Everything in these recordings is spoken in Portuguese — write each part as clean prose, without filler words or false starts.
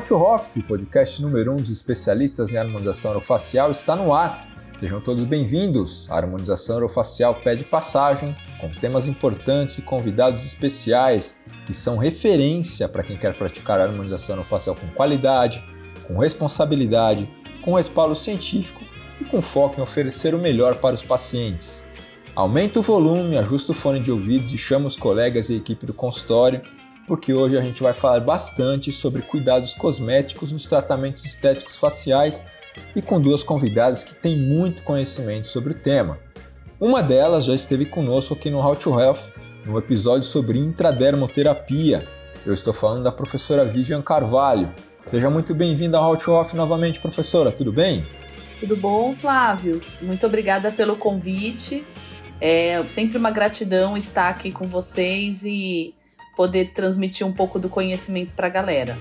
How to Hof, podcast número 1 dos especialistas em harmonização orofacial, está no ar. Sejam todos bem-vindos. A harmonização orofacial pede passagem, com temas importantes e convidados especiais que são referência para quem quer praticar a harmonização orofacial com qualidade, com responsabilidade, com respaldo científico e com foco em oferecer o melhor para os pacientes. Aumenta o volume, ajusta o fone de ouvidos e chama os colegas e a equipe do consultório, porque hoje a gente vai falar bastante sobre cuidados cosméticos nos tratamentos estéticos faciais e com duas convidadas que têm muito conhecimento sobre o tema. Uma delas já esteve conosco aqui no How to Health, no episódio sobre intradermoterapia. Eu estou falando da professora Vivian Carvalho. Seja muito bem-vinda ao How to Health novamente, professora, tudo bem? Tudo bom, Flávio? Muito obrigada pelo convite. É sempre uma gratidão estar aqui com vocês e poder transmitir um pouco do conhecimento para a galera.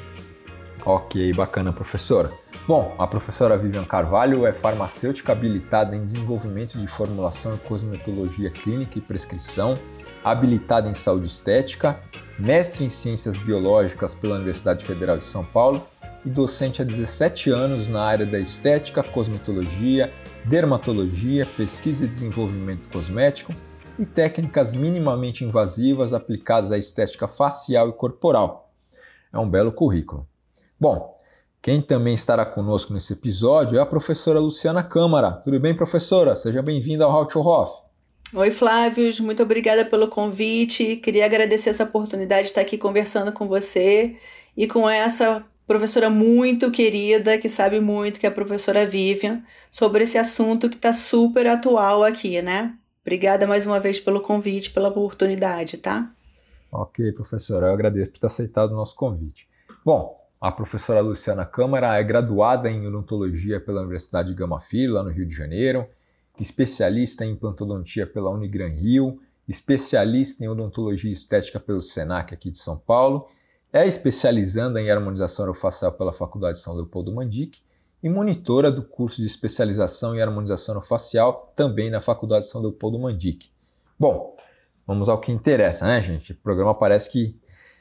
Ok, bacana, professora. Bom, a professora Vivian Carvalho é farmacêutica habilitada em desenvolvimento de formulação e cosmetologia clínica e prescrição, habilitada em saúde estética, mestre em ciências biológicas pela Universidade Federal de São Paulo e docente há 17 anos na área da estética, cosmetologia, dermatologia, pesquisa e desenvolvimento cosmético e técnicas minimamente invasivas aplicadas à estética facial e corporal. É um belo currículo. Bom, quem também estará conosco nesse episódio é a professora Luciana Câmara. Tudo bem, professora? Seja bem-vinda ao How to Hof. Oi, Flávio. Muito obrigada pelo convite. Queria agradecer essa oportunidade de estar aqui conversando com você e com essa professora muito querida, que sabe muito, que é a professora Vivian, sobre esse assunto que está super atual aqui, né? Obrigada mais uma vez pelo convite, pela oportunidade, tá? Ok, professora, eu agradeço por ter aceitado o nosso convite. Bom, a professora Luciana Câmara é graduada em odontologia pela Universidade Gama Filho, lá no Rio de Janeiro, especialista em implantodontia pela Unigran Rio, especialista em odontologia estética pelo Senac aqui de São Paulo, é especializanda em harmonização orofacial pela Faculdade São Leopoldo Mandic e monitora do curso de especialização em harmonização orofacial também na Faculdade São Leopoldo Mandic. Bom, vamos ao que interessa, né, gente? O programa parece que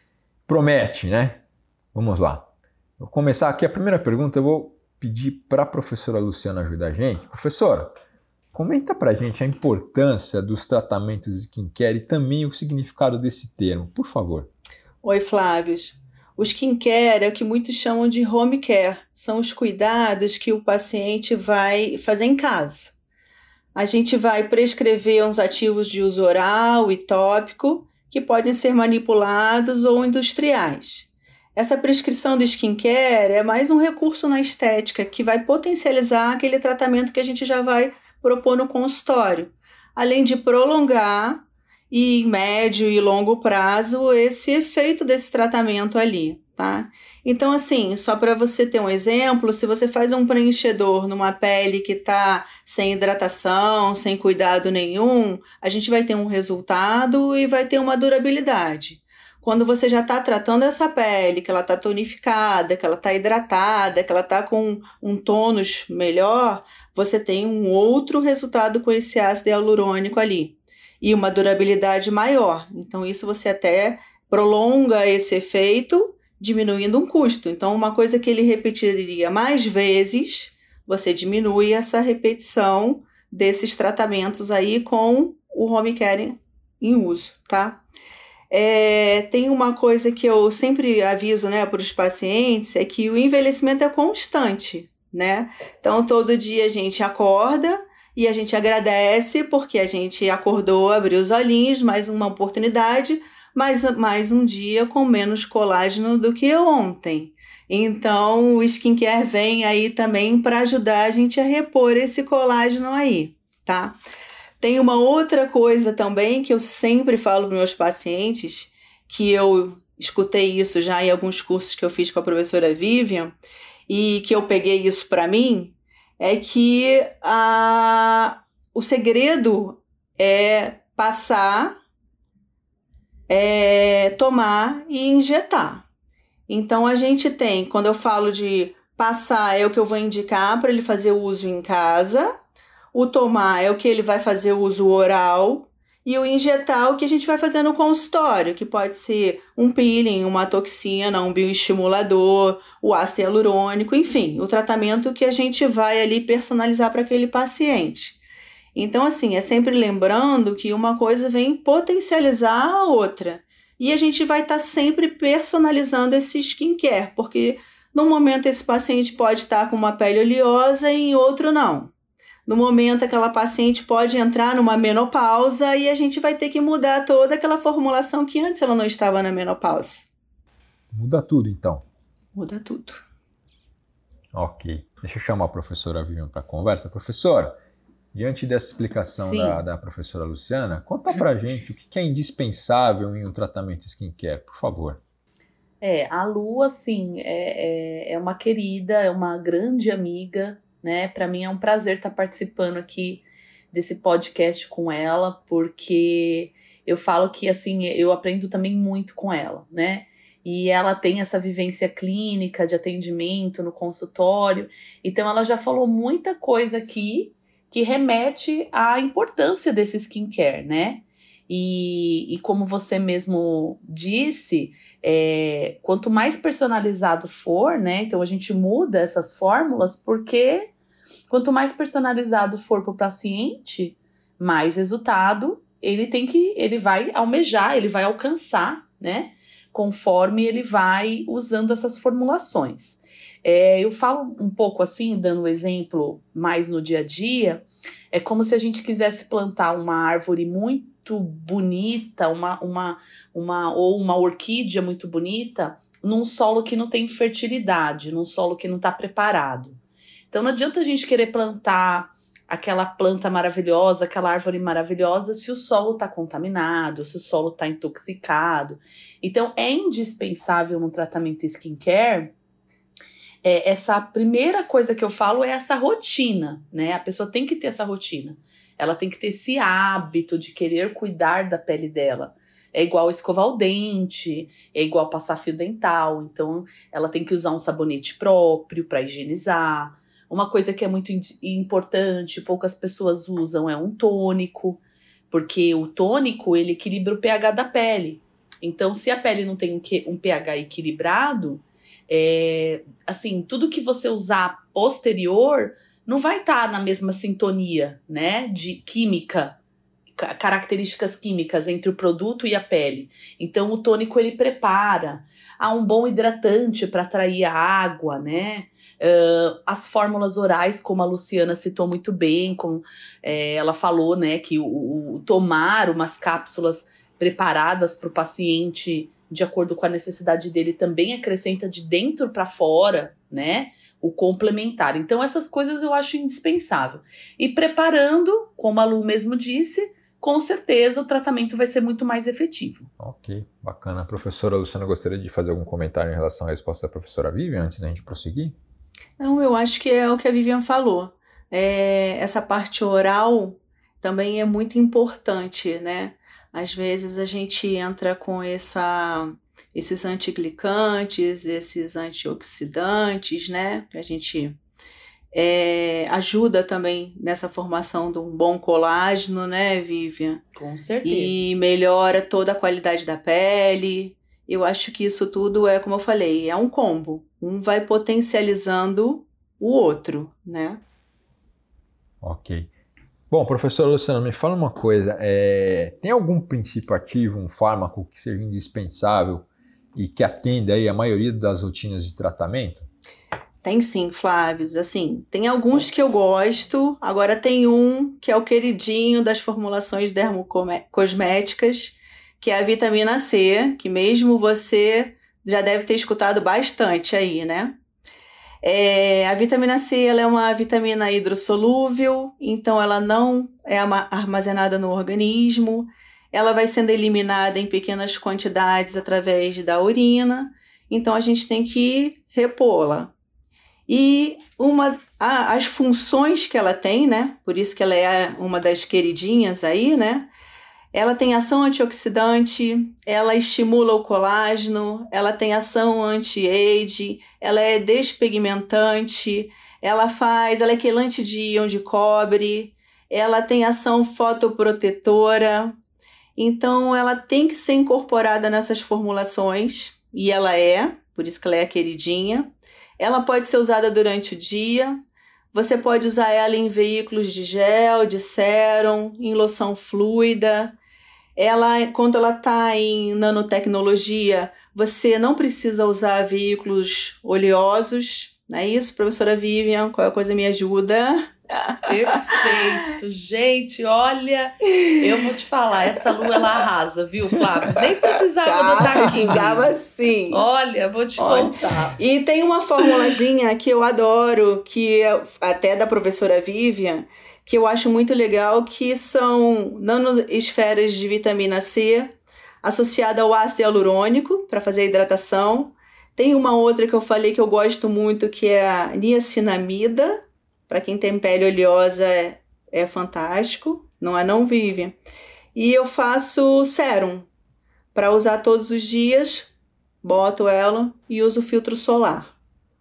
promete, né? Vamos lá. Vou começar aqui a primeira pergunta, eu vou pedir para a professora Luciana ajudar a gente. Professora, comenta para a gente a importância dos tratamentos de skincare e também o significado desse termo, por favor. Oi, Flávio. O skincare é o que muitos chamam de home care. São os cuidados que o paciente vai fazer em casa. A gente vai prescrever uns ativos de uso oral e tópico que podem ser manipulados ou industriais. Essa prescrição do skincare é mais um recurso na estética que vai potencializar aquele tratamento que a gente já vai propor no consultório, além de prolongar e em médio e longo prazo esse efeito desse tratamento ali, tá? Então, assim, só para você ter um exemplo, se você faz um preenchedor numa pele que está sem hidratação, sem cuidado nenhum, a gente vai ter um resultado e vai ter uma durabilidade. Quando você já está tratando essa pele, que ela está tonificada, que ela está hidratada, que ela está com um tônus melhor, você tem um outro resultado com esse ácido hialurônico ali e uma durabilidade maior. Então, isso você até prolonga esse efeito, diminuindo um custo. Então, uma coisa que ele repetiria mais vezes, você diminui essa repetição desses tratamentos aí com o home care em uso, tá? Tem uma coisa que eu sempre aviso, né, para os pacientes, é que o envelhecimento é constante, né? Então, todo dia a gente acorda e a gente agradece porque a gente acordou, abriu os olhinhos, mais uma oportunidade, mais um dia com menos colágeno do que ontem. Então, o skincare vem aí também para ajudar a gente a repor esse colágeno aí, tá? Tem uma outra coisa também que eu sempre falo para meus pacientes, que eu escutei isso já em alguns cursos que eu fiz com a professora Vivian, e que eu peguei isso para mim, é que o segredo é passar, tomar e injetar. Então, a gente tem, quando eu falo de passar, é o que eu vou indicar para ele fazer o uso em casa. O tomar é o que ele vai fazer o uso oral e o injetar o que a gente vai fazer no consultório, que pode ser um peeling, uma toxina, um bioestimulador, o ácido hialurônico, enfim, o tratamento que a gente vai ali personalizar para aquele paciente. Então, assim, é sempre lembrando que uma coisa vem potencializar a outra. E a gente vai estar sempre personalizando esse skincare, porque num momento esse paciente pode estar com uma pele oleosa e em outro não. No momento aquela paciente pode entrar numa menopausa e a gente vai ter que mudar toda aquela formulação que antes ela não estava na menopausa. Muda tudo, então. Muda tudo. Ok. Deixa eu chamar a professora Vivian para a conversa. Professora, diante dessa explicação da professora Luciana, conta pra gente o que é indispensável em um tratamento skincare, por favor. A Lu, assim, é uma querida, é uma grande amiga, né? Para mim é um prazer estar participando aqui desse podcast com ela, porque eu falo que, assim, eu aprendo também muito com ela, né? E ela tem essa vivência clínica de atendimento no consultório, então ela já falou muita coisa aqui que remete à importância desse skincare, né? E como você mesmo disse, quanto mais personalizado for, né? Então a gente muda essas fórmulas porque quanto mais personalizado for para o paciente, mais resultado ele vai almejar, ele vai alcançar, né? Conforme ele vai usando essas formulações. Eu falo um pouco assim, dando um exemplo mais no dia a dia, é como se a gente quisesse plantar uma árvore muito bonita, ou uma orquídea muito bonita, num solo que não tem fertilidade, num solo que não está preparado. Então não adianta a gente querer plantar aquela planta maravilhosa, aquela árvore maravilhosa, se o solo está contaminado, se o solo está intoxicado. Então é indispensável no tratamento skincare. Essa primeira coisa que eu falo é essa rotina, né? A pessoa tem que ter essa rotina. Ela tem que ter esse hábito de querer cuidar da pele dela. É igual escovar o dente, é igual passar fio dental. Então, ela tem que usar um sabonete próprio para higienizar. Uma coisa que é muito importante, poucas pessoas usam, é um tônico. Porque o tônico, ele equilibra o pH da pele. Então, se a pele não tem um pH equilibrado, assim, tudo que você usar posterior não vai estar na mesma sintonia, né, de química, características químicas entre o produto e a pele. Então o tônico ele prepara, há um bom hidratante para atrair a água, né, as fórmulas orais, como a Luciana citou muito bem, ela falou, né, que o tomar umas cápsulas preparadas para o paciente de acordo com a necessidade dele, também acrescenta de dentro para fora, né, o complementar. Então, essas coisas eu acho indispensável. E preparando, como a Lu mesmo disse, com certeza o tratamento vai ser muito mais efetivo. Ok, bacana. Professora Luciana, gostaria de fazer algum comentário em relação à resposta da professora Vivian, antes da gente prosseguir? Não, eu acho que é o que a Vivian falou. Essa parte oral também é muito importante, né? Às vezes a gente entra com esses antiglicantes, esses antioxidantes, né? Que a gente ajuda também nessa formação de um bom colágeno, né, Vivian? Com certeza. E melhora toda a qualidade da pele. Eu acho que isso tudo como eu falei, é um combo. Um vai potencializando o outro, né? Ok. Bom, professora Luciana, me fala uma coisa, tem algum princípio ativo, um fármaco que seja indispensável e que atenda aí a maioria das rotinas de tratamento? Tem sim, Flávio. Assim, tem alguns que eu gosto, agora tem um que é o queridinho das formulações dermocosméticas, que é a vitamina C, que mesmo você já deve ter escutado bastante aí, né? A vitamina C ela é uma vitamina hidrossolúvel, então ela não é armazenada no organismo, ela vai sendo eliminada em pequenas quantidades através da urina, então a gente tem que repô-la. E as funções que ela tem, né? Por isso que ela é uma das queridinhas aí, né? Ela tem ação antioxidante, ela estimula o colágeno, ela tem ação anti-age, ela é despigmentante, ela é quelante de íon de cobre, ela tem ação fotoprotetora, Então, ela tem que ser incorporada nessas formulações, e ela é, por isso que ela é a queridinha. Ela pode ser usada durante o dia. Você pode usar ela em veículos de gel, de sérum, em loção fluida. Quando ela está em nanotecnologia, você não precisa usar veículos oleosos. Não é isso, professora Vivian? Qualquer coisa me ajuda. Perfeito, gente, olha, eu vou te falar, essa Lu, ela arrasa, viu, Flávio? Nem precisava botar aqui. Precisava sim. Olha, vou te contar. E tem uma formulazinha que eu adoro, que é até da professora Vivian, que eu acho muito legal, que são nanoesferas de vitamina C associada ao ácido hialurônico para fazer a hidratação. Tem uma outra que eu falei que eu gosto muito, que é a niacinamida. Para quem tem pele oleosa é fantástico, não é não, Vivian? E eu faço sérum para usar todos os dias, boto ela e uso filtro solar.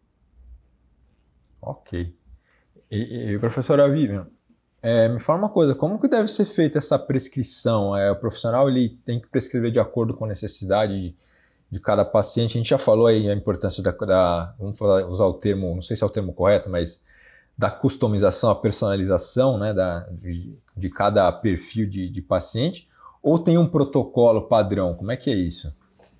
Ok. E professora Vivian, me fala uma coisa, como que deve ser feita essa prescrição? O profissional ele tem que prescrever de acordo com a necessidade de cada paciente. A gente já falou aí a importância vamos usar o termo, não sei se é o termo correto, mas da customização, a personalização, né, de cada perfil de paciente, ou tem um protocolo padrão? Como é que é isso?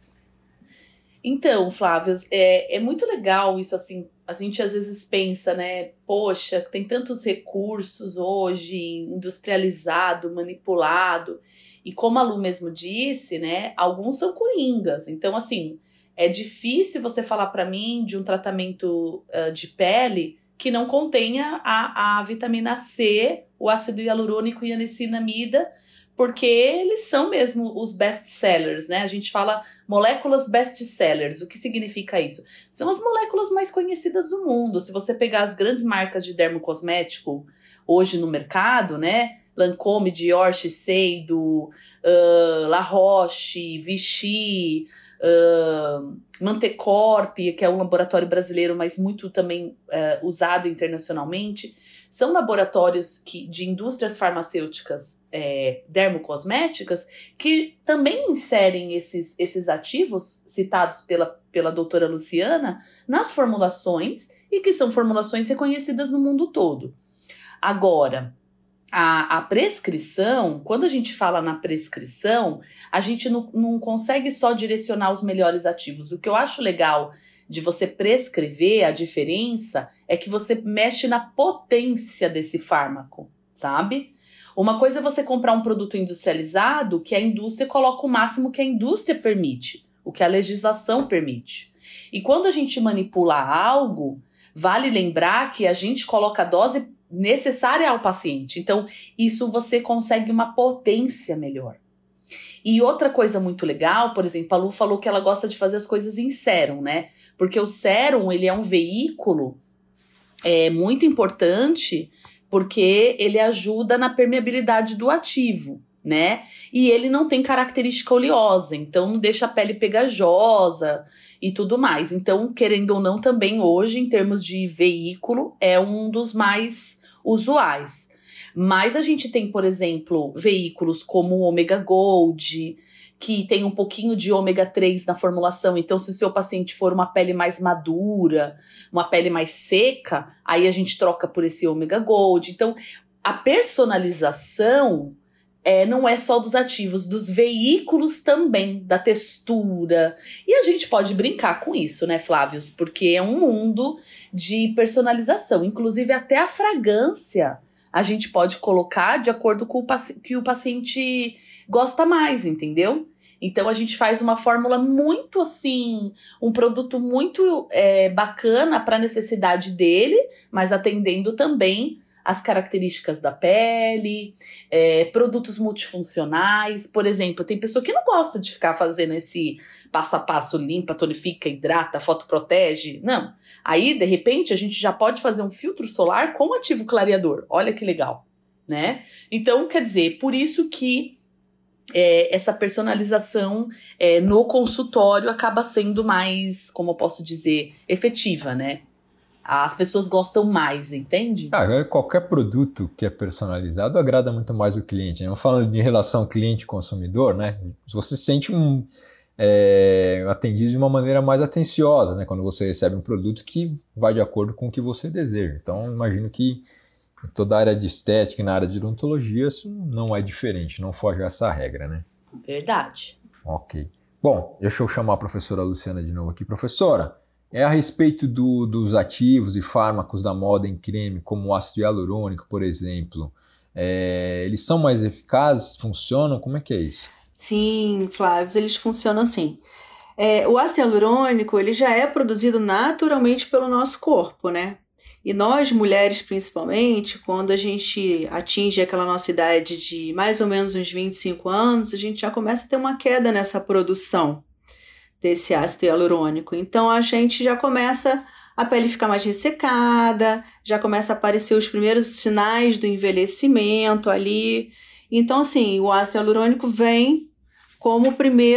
Então, Flávio, é muito legal isso, assim, a gente às vezes pensa, né, poxa, tem tantos recursos hoje, industrializado, manipulado, e como a Lu mesmo disse, né, alguns são coringas, então, assim, é difícil você falar para mim de um tratamento de pele que não contenha a vitamina C, o ácido hialurônico e a niacinamida, porque eles são mesmo os best-sellers, né? A gente fala moléculas best-sellers. O que significa isso? São as moléculas mais conhecidas do mundo. Se você pegar as grandes marcas de dermocosmético hoje no mercado, né? Lancôme, Dior, Shiseido, La Roche, Vichy, Mantecorp, que é um laboratório brasileiro, mas muito também usado internacionalmente, são laboratórios de indústrias farmacêuticas dermocosméticas que também inserem esses ativos citados pela doutora Luciana nas formulações e que são formulações reconhecidas no mundo todo. Agora, a prescrição, quando a gente fala na prescrição, a gente não consegue só direcionar os melhores ativos. O que eu acho legal de você prescrever, a diferença, é que você mexe na potência desse fármaco, sabe? Uma coisa é você comprar um produto industrializado que a indústria coloca o máximo que a indústria permite, o que a legislação permite. E quando a gente manipula algo, vale lembrar que a gente coloca a dose necessária ao paciente. Então, isso você consegue uma potência melhor. E outra coisa muito legal, por exemplo, a Lu falou que ela gosta de fazer as coisas em sérum, né? Porque o sérum, ele é um veículo muito importante, porque ele ajuda na permeabilidade do ativo, né? E ele não tem característica oleosa, então não deixa a pele pegajosa e tudo mais. Então, querendo ou não, também hoje, em termos de veículo, é um dos mais usuais. Mas a gente tem, por exemplo, veículos como o Omega Gold, que tem um pouquinho de ômega 3 na formulação. Então, se o seu paciente for uma pele mais madura, uma pele mais seca, aí a gente troca por esse ômega Gold. Então, a personalização não é só dos ativos, dos veículos também, da textura. E a gente pode brincar com isso, né, Flávios? Porque é um mundo de personalização. Inclusive, até a fragrância a gente pode colocar de acordo com o que o paciente gosta mais, entendeu? Então, a gente faz uma fórmula muito assim, um produto muito bacana para a necessidade dele, mas atendendo também as características da pele, produtos multifuncionais. Por exemplo, tem pessoa que não gosta de ficar fazendo esse passo a passo, limpa, tonifica, hidrata, fotoprotege. Não. Aí, de repente, a gente já pode fazer um filtro solar com ativo clareador. Olha que legal, né? Então, quer dizer, por isso que essa personalização no consultório acaba sendo mais, como eu posso dizer, efetiva, né? As pessoas gostam mais, entende? Qualquer produto que é personalizado agrada muito mais o cliente, né? Não falando de relação cliente-consumidor, né? Você se sente atendido de uma maneira mais atenciosa, né? Quando você recebe um produto que vai de acordo com o que você deseja. Então, imagino que em toda a área de estética e na área de odontologia isso não é diferente, não foge a essa regra, né? Verdade. Ok. Bom, deixa eu chamar a professora Luciana de novo aqui. Professora, a respeito dos ativos e fármacos da moda em creme, como o ácido hialurônico, por exemplo, eles são mais eficazes? Funcionam? Como é que é isso? Sim, Flávio, eles funcionam assim. O ácido hialurônico, ele já é produzido naturalmente pelo nosso corpo, né? E nós, mulheres principalmente, quando a gente atinge aquela nossa idade de mais ou menos uns 25 anos, a gente já começa a ter uma queda nessa produção desse ácido hialurônico. Então a gente já começa a pele ficar mais ressecada, já começa a aparecer os primeiros sinais do envelhecimento ali. Então, assim, o ácido hialurônico vem como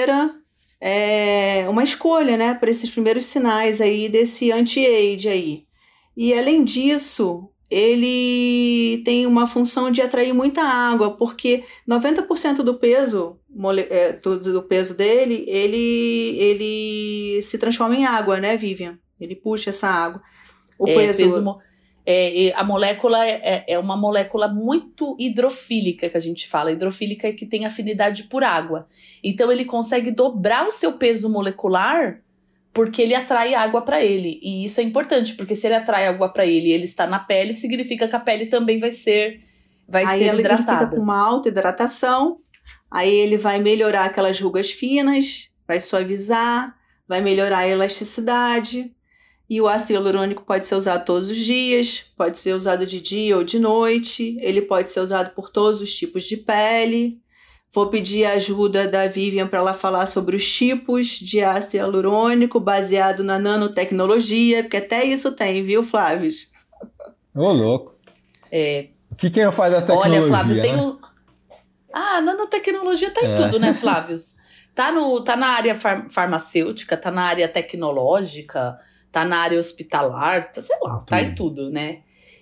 uma escolha, né, para esses primeiros sinais aí desse anti-age aí. E além disso, ele tem uma função de atrair muita água, porque 90% do peso, do peso dele, ele se transforma em água, né, Vivian? Ele puxa essa água. A molécula é uma molécula muito hidrofílica, que a gente fala. Hidrofílica é que tem afinidade por água. Então ele consegue dobrar o seu peso molecular porque ele atrai água para ele. E isso é importante, porque se ele atrai água para ele e ele está na pele, significa que a pele também vai ser hidratada. Ele fica com uma alta hidratação, aí ele vai melhorar aquelas rugas finas, vai suavizar, vai melhorar a elasticidade. E o ácido hialurônico pode ser usado todos os dias, pode ser usado de dia ou de noite, ele pode ser usado por todos os tipos de pele. Vou pedir a ajuda da Vivian para ela falar sobre os tipos de ácido hialurônico baseado na nanotecnologia, porque até isso tem, viu, Flávio? Ô, louco. O que não faz a tecnologia? Olha, Flávio, né? nanotecnologia tá em tudo, né, Flávio? Tá na área farmacêutica, tá na área tecnológica, tá na área hospitalar, sei lá, tá em tudo, né?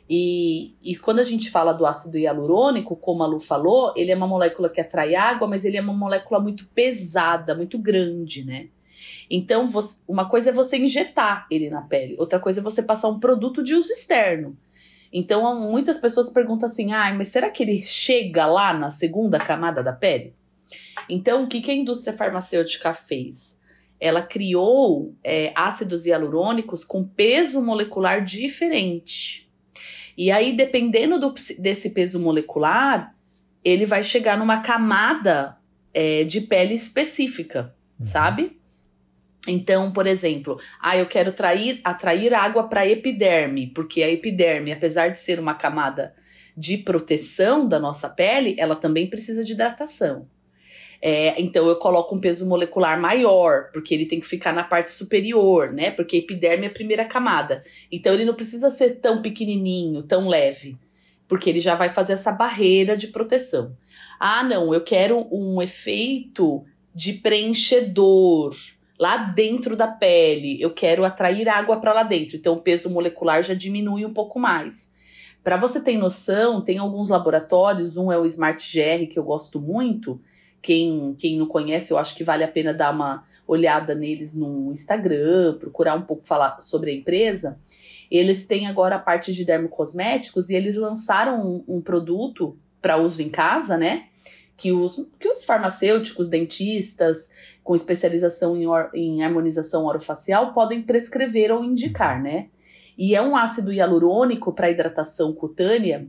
E quando a gente fala do ácido hialurônico, como a Lu falou, ele é uma molécula que atrai água, mas ele é uma molécula muito pesada, muito grande, né? Então, uma coisa é você injetar ele na pele, outra coisa é você passar um produto de uso externo. Então, muitas pessoas perguntam assim, mas será que ele chega lá na segunda camada da pele? Então, o que a indústria farmacêutica fez? Ela criou ácidos hialurônicos com peso molecular diferente. E aí, dependendo desse peso molecular, ele vai chegar numa camada de pele específica, sabe? Então, por exemplo, eu quero atrair água para a epiderme, porque a epiderme, apesar de ser uma camada de proteção da nossa pele, ela também precisa de hidratação. Então eu coloco um peso molecular maior, porque ele tem que ficar na parte superior, né? Porque a epiderme é a primeira camada. Então ele não precisa ser tão pequenininho, tão leve, porque ele já vai fazer essa barreira de proteção. Não, eu quero um efeito de preenchedor lá dentro da pele. Eu quero atrair água para lá dentro. Então o peso molecular já diminui um pouco mais. Para você ter noção, tem alguns laboratórios, um é o Smart GR, que eu gosto muito. Quem não conhece, eu acho que vale a pena dar uma olhada neles no Instagram, procurar um pouco falar sobre a empresa. Eles têm agora a parte de dermocosméticos e eles lançaram um produto para uso em casa, né? Que os farmacêuticos, dentistas, com especialização em harmonização orofacial, podem prescrever ou indicar, né? E é um ácido hialurônico para hidratação cutânea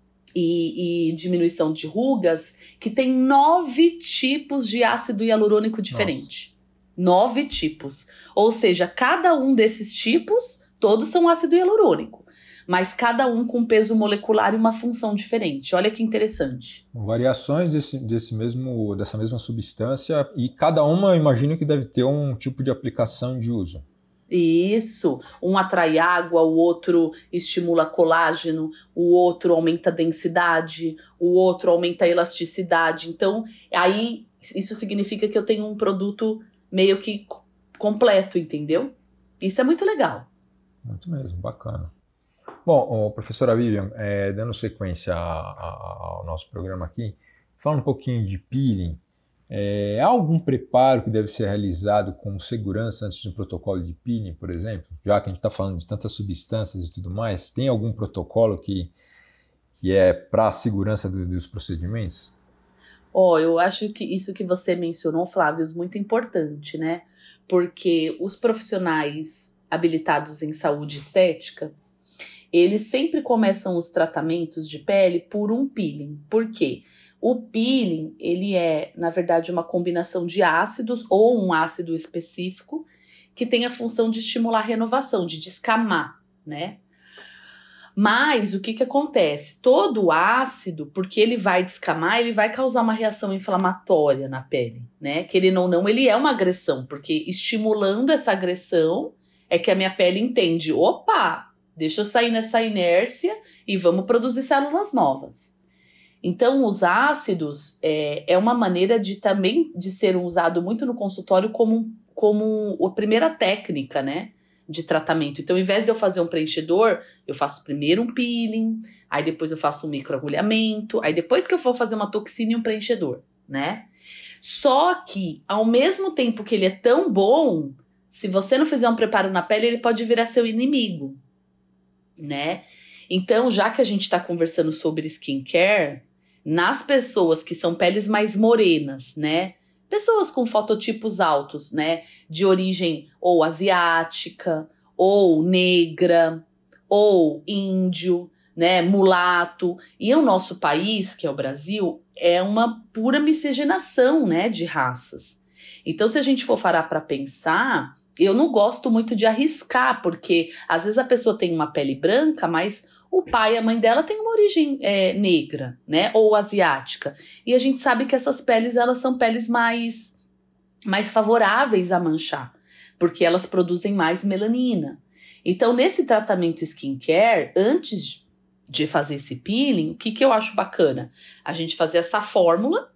e diminuição de rugas, que tem 9 tipos de ácido hialurônico diferente. 9 tipos. Ou seja, cada um desses tipos, todos são ácido hialurônico, mas cada um com peso molecular e uma função diferente. Olha que interessante. Variações dessa mesma substância, e cada uma, eu imagino que deve ter um tipo de aplicação de uso. Isso, um atrai água, o outro estimula colágeno, o outro aumenta a densidade, o outro aumenta a elasticidade. Então, aí isso significa que eu tenho um produto meio que completo, entendeu? Isso é muito legal. muito mesmo, bacana. Bom, professora Vivian, dando sequência ao nosso programa aqui, falando um pouquinho de peeling, há algum preparo que deve ser realizado com segurança antes de um protocolo de peeling, por exemplo? Já que a gente está falando de tantas substâncias e tudo mais, tem algum protocolo que é para a segurança dos procedimentos? Eu acho que isso que você mencionou, Flávio, é muito importante, né? Porque os profissionais habilitados em saúde estética, eles sempre começam os tratamentos de pele por um peeling. Por quê? O peeling, ele é, na verdade, uma combinação de ácidos ou um ácido específico que tem a função de estimular a renovação, de descamar, né? Mas o que acontece? Todo ácido, porque ele vai descamar, ele vai causar uma reação inflamatória na pele, né? Querendo ou não, ele é uma agressão, porque estimulando essa agressão é que a minha pele entende, opa, deixa eu sair nessa inércia e vamos produzir células novas. Então, os ácidos é uma maneira também de ser usado muito no consultório como a primeira técnica, né, de tratamento. Então, ao invés de eu fazer um preenchedor, eu faço primeiro um peeling, aí depois eu faço um microagulhamento, aí depois que eu for fazer uma toxina e um preenchedor, né? Só que, ao mesmo tempo que ele é tão bom, se você não fizer um preparo na pele, ele pode virar seu inimigo, né? Então, já que a gente está conversando sobre skincare, nas pessoas que são peles mais morenas, né? Pessoas com fototipos altos, né? De origem ou asiática, ou negra, ou índio, né? Mulato. E o nosso país, que é o Brasil, é uma pura miscigenação, né? De raças. Então, se a gente for parar para pensar, eu não gosto muito de arriscar, porque às vezes a pessoa tem uma pele branca, mas o pai e a mãe dela têm uma origem negra, né, ou asiática. E a gente sabe que essas peles, elas são peles mais favoráveis a manchar, porque elas produzem mais melanina. Então, nesse tratamento skincare, antes de fazer esse peeling, o que eu acho bacana? A gente fazer essa fórmula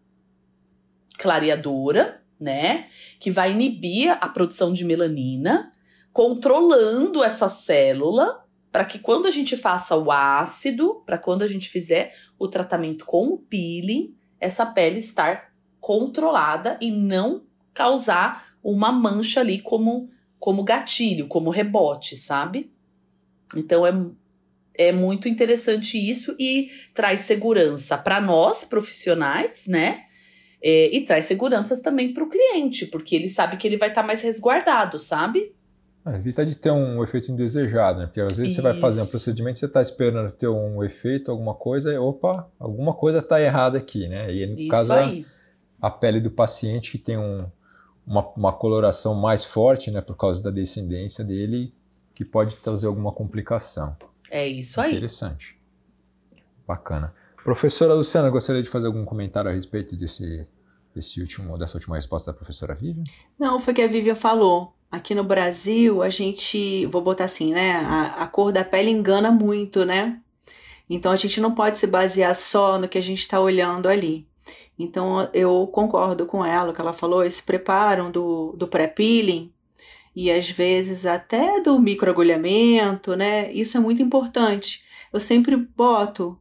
clareadora, né, que vai inibir a produção de melanina, controlando essa célula, para que quando a gente faça o ácido, para quando a gente fizer o tratamento com o peeling, essa pele estar controlada e não causar uma mancha ali como gatilho, como rebote, sabe? Então é muito interessante isso e traz segurança para nós, profissionais, né? E traz seguranças também para o cliente, porque ele sabe que ele vai estar mais resguardado, sabe? Evita de ter um efeito indesejado, né? Porque às vezes você vai fazer um procedimento, você está esperando ter um efeito, alguma coisa, e opa, alguma coisa está errada aqui, né? E no caso a pele do paciente que tem uma coloração mais forte, né? Por causa da descendência dele, que pode trazer alguma complicação. É isso aí. Interessante. Bacana. Professora Luciana, gostaria de fazer algum comentário a respeito dessa última resposta da professora Vivian? Não, foi o que a Vivian falou. Aqui no Brasil, a gente, vou botar assim, né? A cor da pele engana muito, né? Então, a gente não pode se basear só no que a gente está olhando ali. Então, eu concordo com ela, o que ela falou, eles se preparam do pré-peeling e, às vezes, até do microagulhamento, né? Isso é muito importante. Eu sempre boto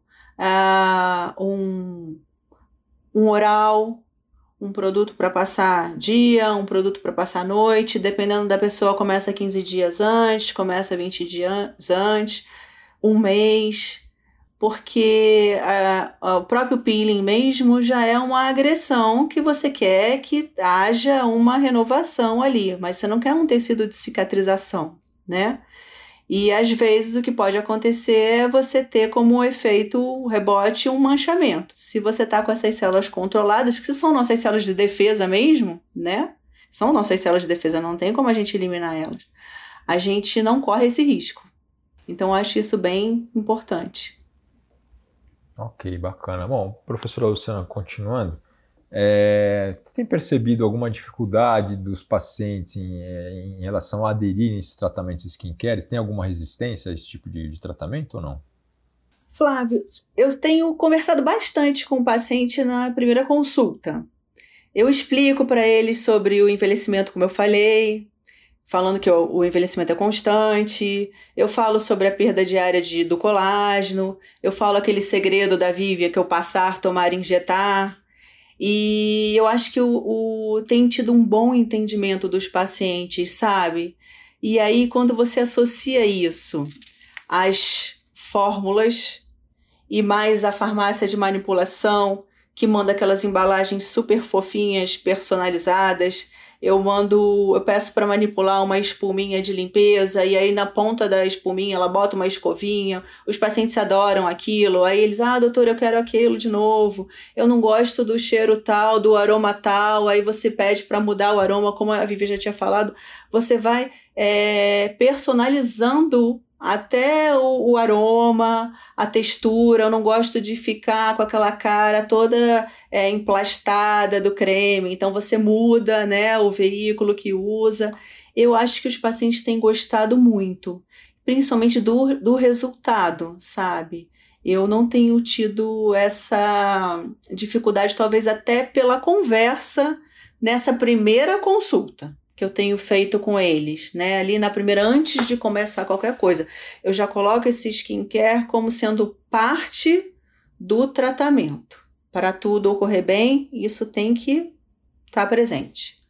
um oral, um produto para passar dia, um produto para passar noite, dependendo da pessoa, começa 15 dias antes, começa 20 dias antes, um mês, porque o próprio peeling mesmo já é uma agressão que você quer que haja uma renovação ali, mas você não quer um tecido de cicatrização, né? E às vezes o que pode acontecer é você ter como efeito rebote um manchamento. Se você está com essas células controladas, que são nossas células de defesa mesmo, né? São nossas células de defesa, não tem como a gente eliminar elas. A gente não corre esse risco. Então, eu acho isso bem importante. Ok, bacana. Bom, professora Luciana, continuando, você tem percebido alguma dificuldade dos pacientes em relação a aderirem a esses tratamentos skincare? Tem alguma resistência a esse tipo de tratamento ou não? Flávio, eu tenho conversado bastante com o paciente na primeira consulta. Eu explico para eles sobre o envelhecimento, como eu falei, falando que o envelhecimento é constante, eu falo sobre a perda diária do colágeno, eu falo aquele segredo da Vívia que eu passar, tomar, injetar. E eu acho que tem tido um bom entendimento dos pacientes, sabe? E aí, quando você associa isso às fórmulas e mais a farmácia de manipulação, que manda aquelas embalagens super fofinhas, personalizadas, eu peço para manipular uma espuminha de limpeza, e aí na ponta da espuminha ela bota uma escovinha, os pacientes adoram aquilo, aí eles, doutor, eu quero aquilo de novo, eu não gosto do cheiro tal, do aroma tal, aí você pede para mudar o aroma, como a Vivi já tinha falado, você vai personalizando até o aroma, a textura. Eu não gosto de ficar com aquela cara toda emplastada do creme, então você muda, né, o veículo que usa. Eu acho que os pacientes têm gostado muito, principalmente do resultado, sabe? Eu não tenho tido essa dificuldade, talvez até pela conversa nessa primeira consulta que eu tenho feito com eles, né? Ali na primeira, antes de começar qualquer coisa, eu já coloco esse skincare como sendo parte do tratamento. Para tudo ocorrer bem, isso tem que estar presente.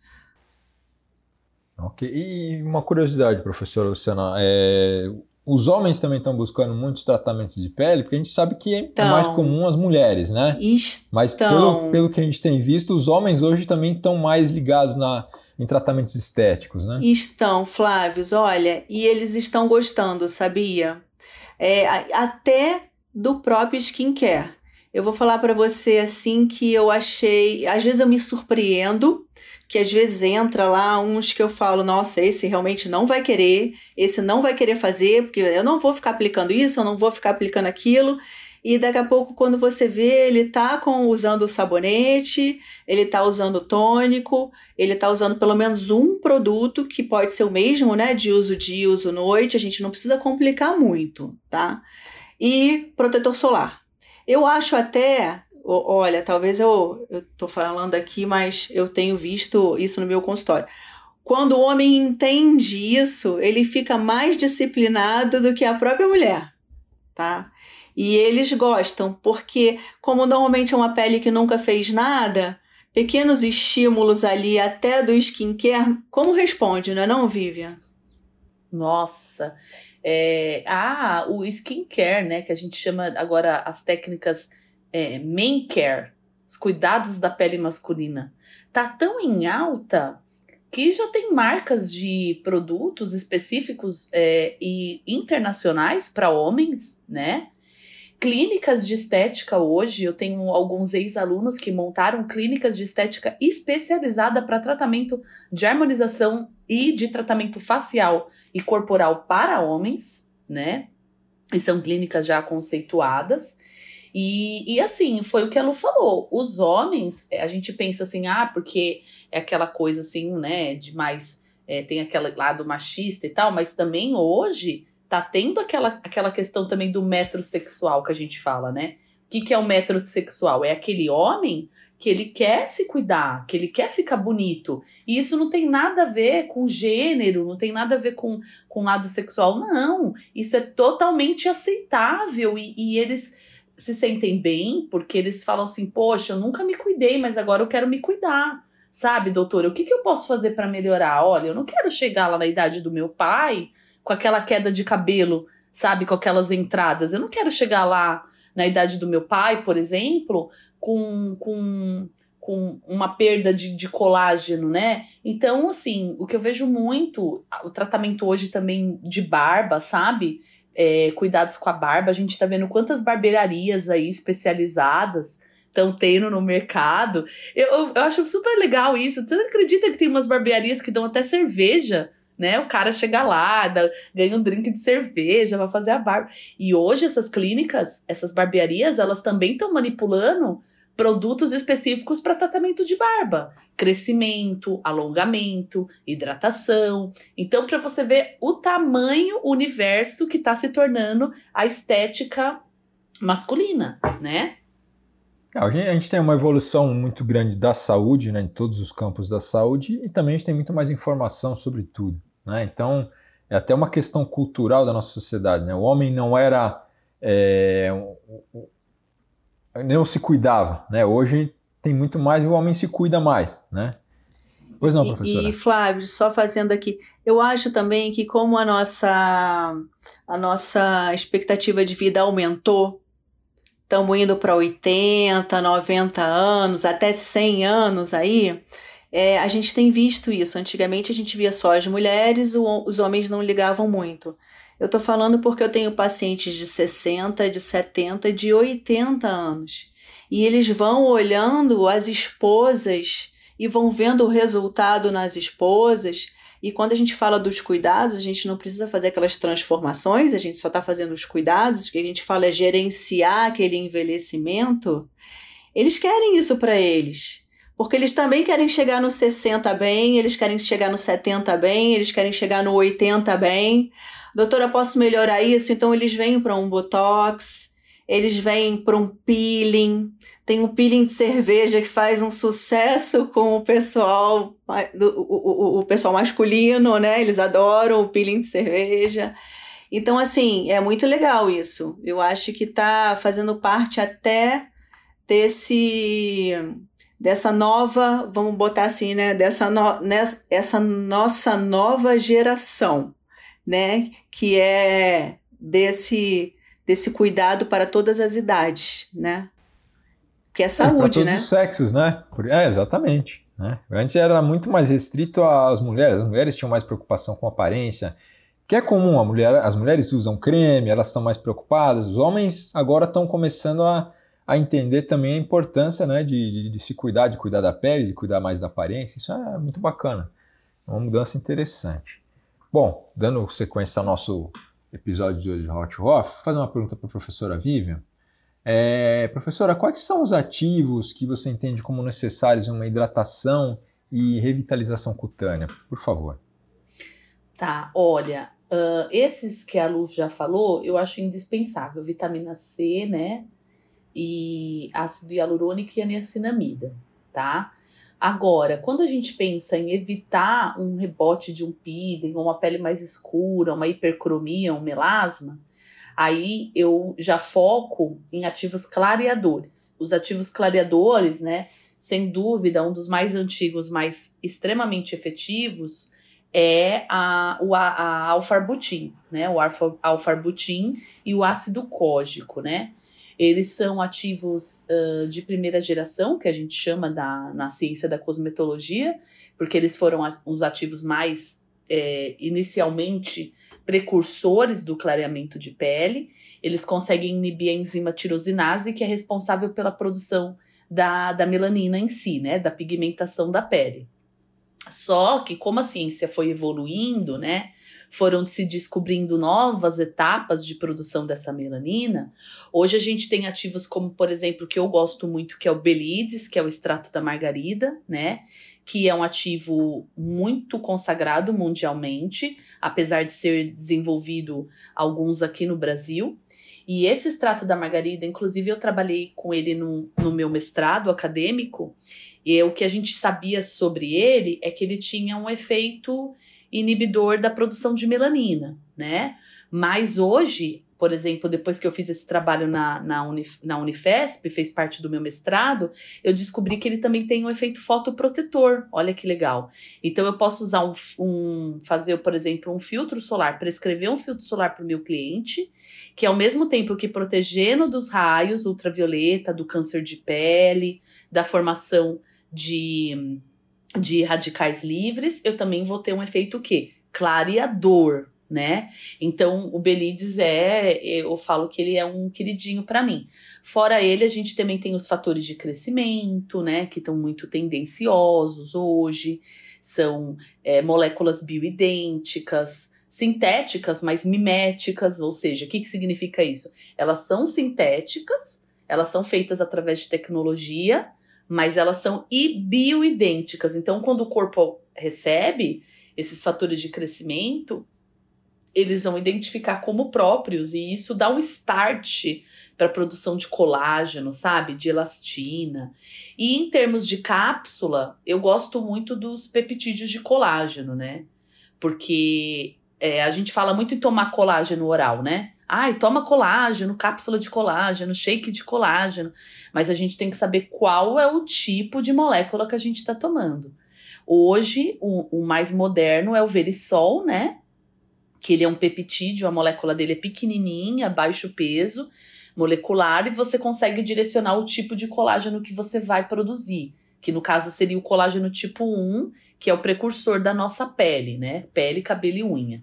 Ok. E uma curiosidade, professora Luciana, os homens também estão buscando muitos tratamentos de pele, porque a gente sabe que é mais comum as mulheres, né? Mas pelo que a gente tem visto, os homens hoje também estão mais ligados em tratamentos estéticos, né? Estão, Flávios, olha, e eles estão gostando, sabia? Até do próprio skincare. Eu vou falar para você assim que eu achei, às vezes eu me surpreendo, que às vezes entra lá uns que eu falo, nossa, esse realmente não vai querer, esse não vai querer fazer, porque eu não vou ficar aplicando isso, eu não vou ficar aplicando aquilo. E daqui a pouco, quando você vê, ele está usando o sabonete, ele está usando o tônico, ele está usando pelo menos um produto, que pode ser o mesmo, né, de uso dia, uso noite, a gente não precisa complicar muito, tá? E protetor solar. Eu acho até, olha, talvez eu estou falando aqui, mas eu tenho visto isso no meu consultório. Quando o homem entende isso, ele fica mais disciplinado do que a própria mulher, tá? E eles gostam, porque como normalmente é uma pele que nunca fez nada, pequenos estímulos ali até do skincare, como responde, não é não, Vivian? Nossa, o skincare, né, que a gente chama agora as técnicas main care, os cuidados da pele masculina, tá tão em alta que já tem marcas de produtos específicos e internacionais para homens, né? Clínicas de estética hoje, eu tenho alguns ex-alunos que montaram clínicas de estética especializada para tratamento de harmonização e de tratamento facial e corporal para homens, né? E são clínicas já conceituadas. E assim, foi o que a Lu falou. Os homens, a gente pensa assim, porque é aquela coisa assim, né, de mais, tem aquele lado machista e tal, mas também hoje tá tendo aquela questão também do metrosexual que a gente fala, né? O que é o metrosexual? É aquele homem que ele quer se cuidar, que ele quer ficar bonito. E isso não tem nada a ver com gênero, não tem nada a ver com lado sexual, não. Isso é totalmente aceitável e eles se sentem bem porque eles falam assim, poxa, eu nunca me cuidei, mas agora eu quero me cuidar. Sabe, doutora, o que eu posso fazer para melhorar? Olha, eu não quero chegar lá na idade do meu pai com aquela queda de cabelo, sabe, com aquelas entradas. Eu não quero chegar lá na idade do meu pai, por exemplo, com uma perda de colágeno, né? Então, assim, o que eu vejo muito, o tratamento hoje também de barba, sabe? Cuidados com a barba. A gente tá vendo quantas barbearias aí especializadas estão tendo no mercado. Eu acho super legal isso. Você acredita que tem umas barbearias que dão até cerveja, né? O cara chega lá, ganha um drink de cerveja, vai fazer a barba. E hoje essas clínicas, essas barbearias, elas também estão manipulando produtos específicos para tratamento de barba. Crescimento, alongamento, hidratação. Então, para você ver o tamanho, o universo que está se tornando a estética masculina, né? A gente tem uma evolução muito grande da saúde, né, em todos os campos da saúde, e também a gente tem muito mais informação sobre tudo. né? Então, é até uma questão cultural da nossa sociedade, né? O homem não era... não se cuidava, né? Hoje tem muito mais e o homem se cuida mais, né? Pois não, professora. E Flávio, só fazendo aqui, eu acho também que como a nossa expectativa de vida aumentou, estamos indo para 80, 90 anos, até 100 anos aí, a gente tem visto isso. Antigamente a gente via só as mulheres, os homens não ligavam muito. Eu estou falando porque eu tenho pacientes de 60, de 70, de 80 anos. E eles vão olhando as esposas e vão vendo o resultado nas esposas. E quando a gente fala dos cuidados, a gente não precisa fazer aquelas transformações, a gente só está fazendo os cuidados, o que a gente fala é gerenciar aquele envelhecimento. Eles querem isso para eles, porque eles também querem chegar no 60 bem, eles querem chegar no 70 bem, eles querem chegar no 80 bem. Doutora, posso melhorar isso? Então eles vêm para um botox, eles vêm para um peeling. Tem um peeling de cerveja que faz um sucesso com o pessoal masculino, né? Eles adoram o peeling de cerveja. Então, assim, é muito legal isso. Eu acho que está fazendo parte até dessa nova, vamos botar assim, né? Essa nossa nova geração, né? Que é desse cuidado para todas as idades, né? Que é saúde, para né? todos os sexos, né? Exatamente. Né? Antes era muito mais restrito às mulheres. As mulheres tinham mais preocupação com aparência, que é comum. As mulheres usam creme, elas estão mais preocupadas. Os homens agora estão começando a entender também a importância, né, de se cuidar, de cuidar da pele, de cuidar mais da aparência. Isso é muito bacana. É uma mudança interessante. Bom, dando sequência ao nosso episódio de hoje de Hot Off, vou fazer uma pergunta para a professora Vivian. Professora, quais são os ativos que você entende como necessários em uma hidratação e revitalização cutânea? Por favor. Tá, olha, esses que a Lu já falou, eu acho indispensável. Vitamina C, né? E ácido hialurônico e a niacinamida, tá? Agora, quando a gente pensa em evitar um rebote de um peeling, ou uma pele mais escura, uma hipercromia, um melasma, aí eu já foco em ativos clareadores. Os ativos clareadores, né, sem dúvida, um dos mais antigos, mas extremamente efetivos, é a alfarbutin, né, o alfarbutin e o ácido cógico, né. Eles são ativos de primeira geração, que a gente chama na ciência da cosmetologia, porque eles foram os ativos mais inicialmente precursores do clareamento de pele. Eles conseguem inibir a enzima tirosinase, que é responsável pela produção da melanina em si, né, da pigmentação da pele. Só que como a ciência foi evoluindo, né, foram se descobrindo novas etapas de produção dessa melanina. Hoje a gente tem ativos como, por exemplo, que eu gosto muito, que é o Belides, que é o extrato da margarida, né? Que é um ativo muito consagrado mundialmente, apesar de ser desenvolvido alguns aqui no Brasil. E esse extrato da margarida, inclusive eu trabalhei com ele no meu mestrado acadêmico, e o que a gente sabia sobre ele é que ele tinha um efeito inibidor da produção de melanina, né? Mas hoje, por exemplo, depois que eu fiz esse trabalho na Unifesp, fez parte do meu mestrado, eu descobri que ele também tem um efeito fotoprotetor. Olha que legal. Então eu posso usar fazer, por exemplo, um filtro solar, prescrever um filtro solar para o meu cliente, que ao mesmo tempo que protegendo dos raios ultravioleta, do câncer de pele, da formação de radicais livres, eu também vou ter um efeito o quê? Clareador, né? Então, o Belides eu falo que ele é um queridinho para mim. Fora ele, a gente também tem os fatores de crescimento, né? Que estão muito tendenciosos hoje. São moléculas bioidênticas, sintéticas, mas miméticas. Ou seja, o que significa isso? Elas são sintéticas, elas são feitas através de tecnologia, mas elas são bioidênticas. Então, quando o corpo recebe esses fatores de crescimento, eles vão identificar como próprios, e isso dá um start para a produção de colágeno, sabe? De elastina. E em termos de cápsula, eu gosto muito dos peptídeos de colágeno, né? porque a gente fala muito em tomar colágeno oral, né? Toma colágeno, cápsula de colágeno, shake de colágeno. Mas a gente tem que saber qual é o tipo de molécula que a gente está tomando. Hoje, o mais moderno é o Verisol, né? Que ele é um peptídeo, a molécula dele é pequenininha, baixo peso molecular, e você consegue direcionar o tipo de colágeno que você vai produzir, que no caso seria o colágeno tipo 1, que é o precursor da nossa pele, né? Pele, cabelo e unha.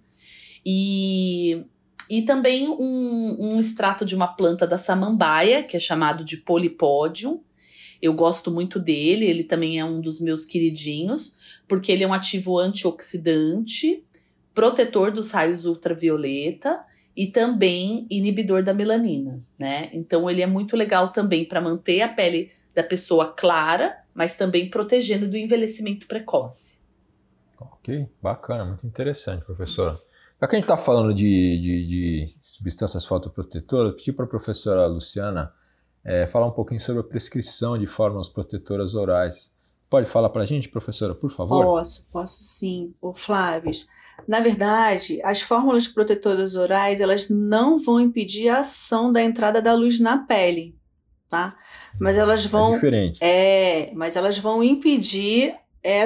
E também um extrato de uma planta da samambaia, que é chamado de Polypodium. Eu gosto muito dele, ele também é um dos meus queridinhos, porque ele é um ativo antioxidante, protetor dos raios ultravioleta e também inibidor da melanina, né? Então ele é muito legal também para manter a pele da pessoa clara, mas também protegendo do envelhecimento precoce. Ok, bacana, muito interessante, professora. Já que a gente está falando de substâncias fotoprotetoras, eu pedi para a professora Luciana falar um pouquinho sobre a prescrição de fórmulas protetoras orais. Pode falar para a gente, professora, por favor? Posso sim, Flávio. Na verdade, as fórmulas protetoras orais, elas não vão impedir a ação da entrada da luz na pele, tá? Mas elas vão... É diferente. Mas elas vão impedir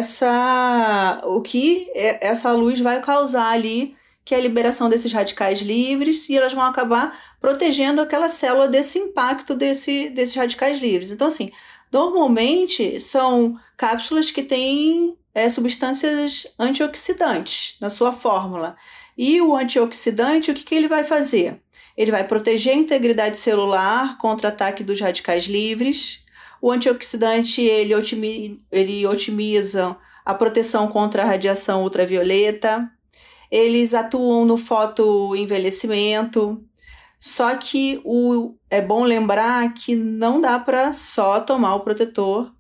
o que essa luz vai causar ali, que é a liberação desses radicais livres, e elas vão acabar protegendo aquela célula desse impacto desses radicais livres. Então, assim, normalmente são cápsulas que têm substâncias antioxidantes na sua fórmula. E o antioxidante, o que ele vai fazer? Ele vai proteger a integridade celular contra o ataque dos radicais livres. O antioxidante, ele otimiza a proteção contra a radiação ultravioleta. Eles atuam no fotoenvelhecimento. Só que é bom lembrar que não dá para só tomar o protetor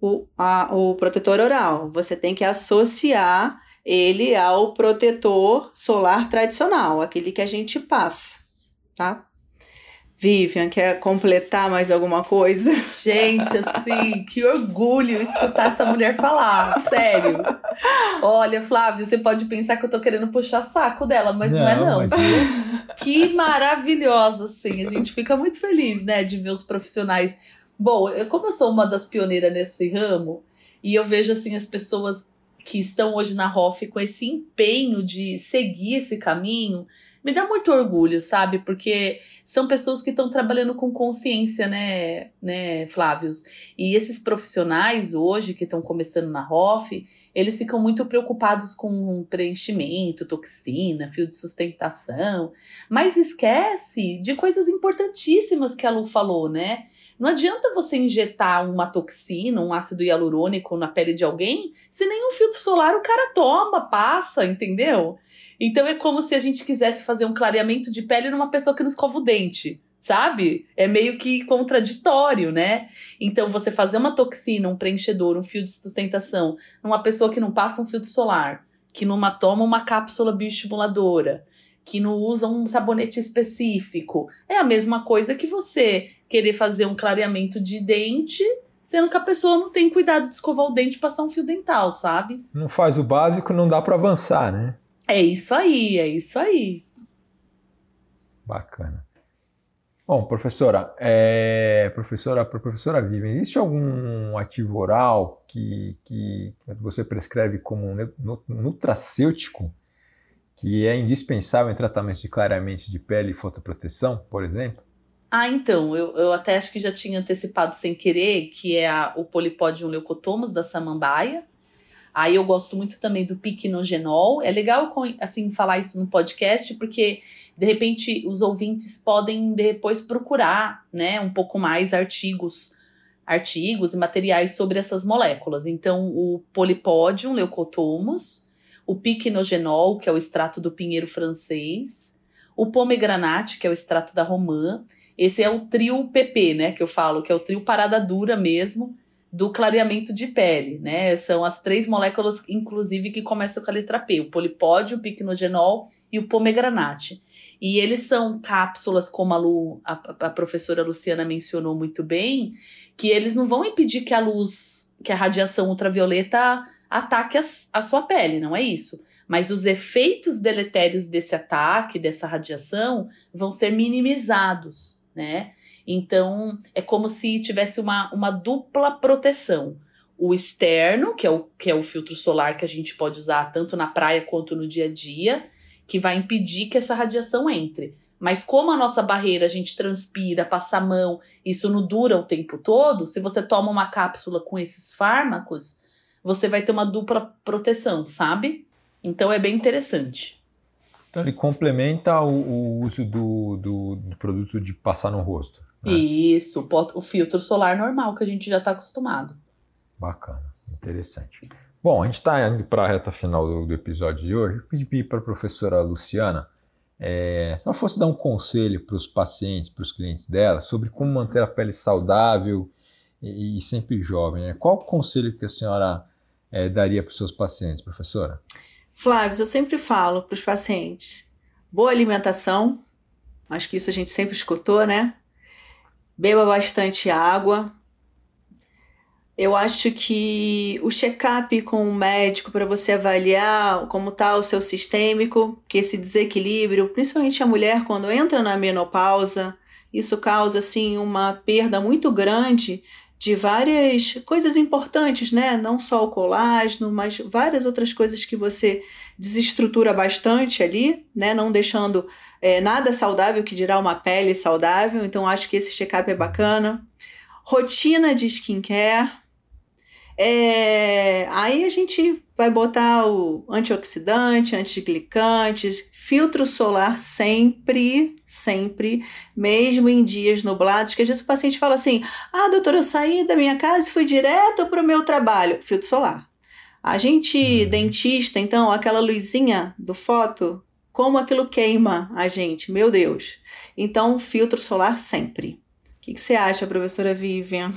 oral. Você tem que associar ele ao protetor solar tradicional, aquele que a gente passa, tá? Vivian, quer completar mais alguma coisa? Gente, assim, que orgulho escutar essa mulher falar, sério. Olha, Flávio, você pode pensar que eu tô querendo puxar saco dela, mas não é não. Que maravilhosa, assim, a gente fica muito feliz, né, de ver os profissionais. Bom, como eu sou uma das pioneiras nesse ramo, e eu vejo, assim, as pessoas que estão hoje na ROF com esse empenho de seguir esse caminho, me dá muito orgulho, sabe? Porque são pessoas que estão trabalhando com consciência, né, Flávios? E esses profissionais hoje que estão começando na ROF, eles ficam muito preocupados com preenchimento, toxina, fio de sustentação, mas esquece de coisas importantíssimas que a Lu falou, né? Não adianta você injetar uma toxina, um ácido hialurônico na pele de alguém, se nenhum filtro solar o cara toma, passa, entendeu? Então é como se a gente quisesse fazer um clareamento de pele numa pessoa que não escova o dente, sabe? É meio que contraditório, né? Então você fazer uma toxina, um preenchedor, um fio de sustentação numa pessoa que não passa um filtro solar, que não toma uma cápsula bioestimuladora, que não usa um sabonete específico, é a mesma coisa que você querer fazer um clareamento de dente, sendo que a pessoa não tem cuidado de escovar o dente e passar um fio dental, sabe? Não faz o básico, não dá para avançar, né? É isso aí. Bacana. Bom, professora Vivian, existe algum ativo oral que você prescreve como nutracêutico que é indispensável em tratamentos de clareamento de pele e fotoproteção, por exemplo? Então, eu até acho que já tinha antecipado sem querer, que é o Polypodium leucotomus da samambaia. Aí eu gosto muito também do piquenogenol. É legal, assim, falar isso no podcast, porque, de repente, os ouvintes podem depois procurar, né, um pouco mais artigos e materiais sobre essas moléculas. Então, o Polypodium leucotomus, o piquenogenol, que é o extrato do pinheiro francês, o pomegranate, que é o extrato da romã. Esse é o trio PP, né, que eu falo, que é o trio parada dura mesmo, do clareamento de pele, né? São as 3 moléculas, inclusive, que começam com a letra P, o polipódio, o piquenogenol e o pomegranate. E eles são cápsulas, como a professora Luciana mencionou muito bem, que eles não vão impedir que a radiação ultravioleta ataque a sua pele, não é isso? mas os efeitos deletérios desse ataque, dessa radiação, vão ser minimizados, né? Então, é como se tivesse uma dupla proteção. O externo, que é o filtro solar que a gente pode usar tanto na praia quanto no dia a dia, que vai impedir que essa radiação entre. Mas como a nossa barreira, a gente transpira, passa a mão, isso não dura o tempo todo, se você toma uma cápsula com esses fármacos, você vai ter uma dupla proteção, sabe? Então é bem interessante. Então ele complementa o uso do produto de passar no rosto, né? Isso, o filtro solar normal que a gente já está acostumado. Bacana, interessante. Bom, a gente está indo para a reta final do episódio de hoje. Eu pedi para a professora Luciana se ela fosse dar um conselho para os pacientes, para os clientes dela, sobre como manter a pele saudável e sempre jovem, né? Qual o conselho que a senhora daria para os seus pacientes, professora? Flávio, eu sempre falo para os pacientes, boa alimentação, acho que isso a gente sempre escutou, né? Beba bastante água. Eu acho que o check-up com o médico para você avaliar como está o seu sistêmico, que esse desequilíbrio, principalmente a mulher quando entra na menopausa, isso causa assim uma perda muito grande de várias coisas importantes, né? Não só o colágeno, mas várias outras coisas que você desestrutura bastante ali, né? Não deixando nada saudável, que dirá uma pele saudável. Então, acho que esse check-up é bacana. Rotina de skincare. Aí a gente vai botar o antioxidante, antiglicantes, filtro solar sempre, mesmo em dias nublados, que às vezes o paciente fala assim, doutora, eu saí da minha casa e fui direto para o meu trabalho. Filtro solar. A gente, dentista, então, aquela luzinha do foto, como aquilo queima a gente, meu Deus. Então, filtro solar sempre. O que você acha, professora Vivian?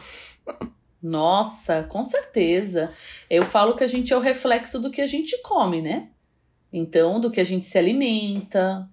Nossa, com certeza. Eu falo que a gente é o reflexo do que a gente come, né? Então, do que a gente se alimenta.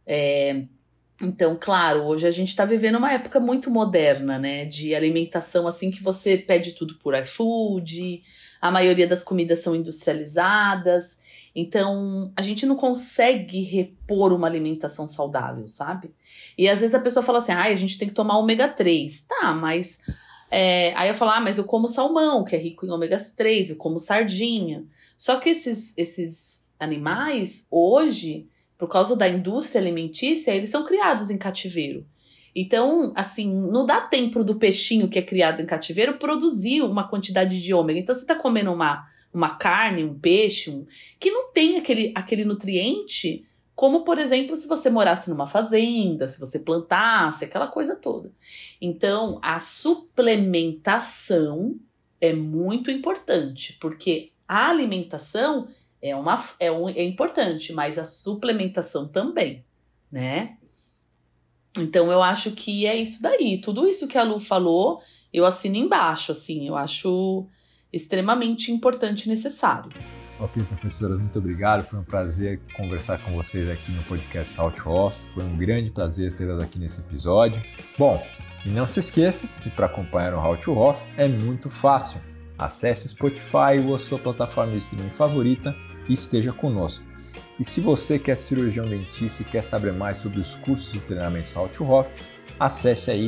Então, claro, hoje a gente está vivendo uma época muito moderna, né? De alimentação, assim, que você pede tudo por iFood, a maioria das comidas são industrializadas. Então, a gente não consegue repor uma alimentação saudável, sabe? E às vezes a pessoa fala assim, a gente tem que tomar ômega 3. Tá, mas... aí eu falo, mas eu como salmão, que é rico em ômega 3, eu como sardinha. Só que esses animais, hoje, por causa da indústria alimentícia, eles são criados em cativeiro. Então, assim, não dá tempo do peixinho que é criado em cativeiro produzir uma quantidade de ômega. Então, você tá comendo uma carne, um peixe, que não tem aquele nutriente, como, por exemplo, se você morasse numa fazenda, se você plantasse, aquela coisa toda. Então, a suplementação é muito importante, porque a alimentação é importante, mas a suplementação também, né? Então, eu acho que é isso daí. Tudo isso que a Lu falou, eu assino embaixo, assim, eu acho extremamente importante e necessário. Ok, professoras, muito obrigado. Foi um prazer conversar com vocês aqui no podcast Hauthoff. Foi um grande prazer tê-las aqui nesse episódio. Bom, e não se esqueça que para acompanhar o Hauthoff é muito fácil. Acesse o Spotify ou a sua plataforma de streaming favorita e esteja conosco. E se você que é cirurgião dentista e quer saber mais sobre os cursos e treinamentos Hauthoff, acesse aí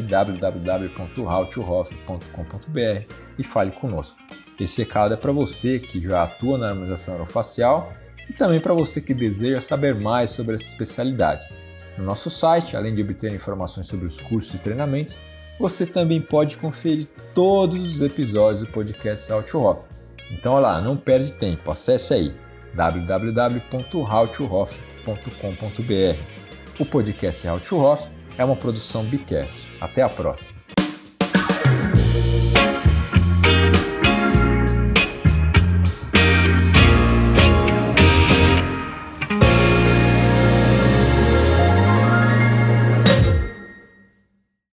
www.hauthoff.com.br e fale conosco. Esse recado é para você que já atua na harmonização orofacial e também para você que deseja saber mais sobre essa especialidade. No nosso site, além de obter informações sobre os cursos e treinamentos, você também pode conferir todos os episódios do podcast Hauthoff. Então, olha lá, não perde tempo, acesse aí www.hauthoff.com.br. O podcast Hauthoff é uma produção Bicast. Até a próxima!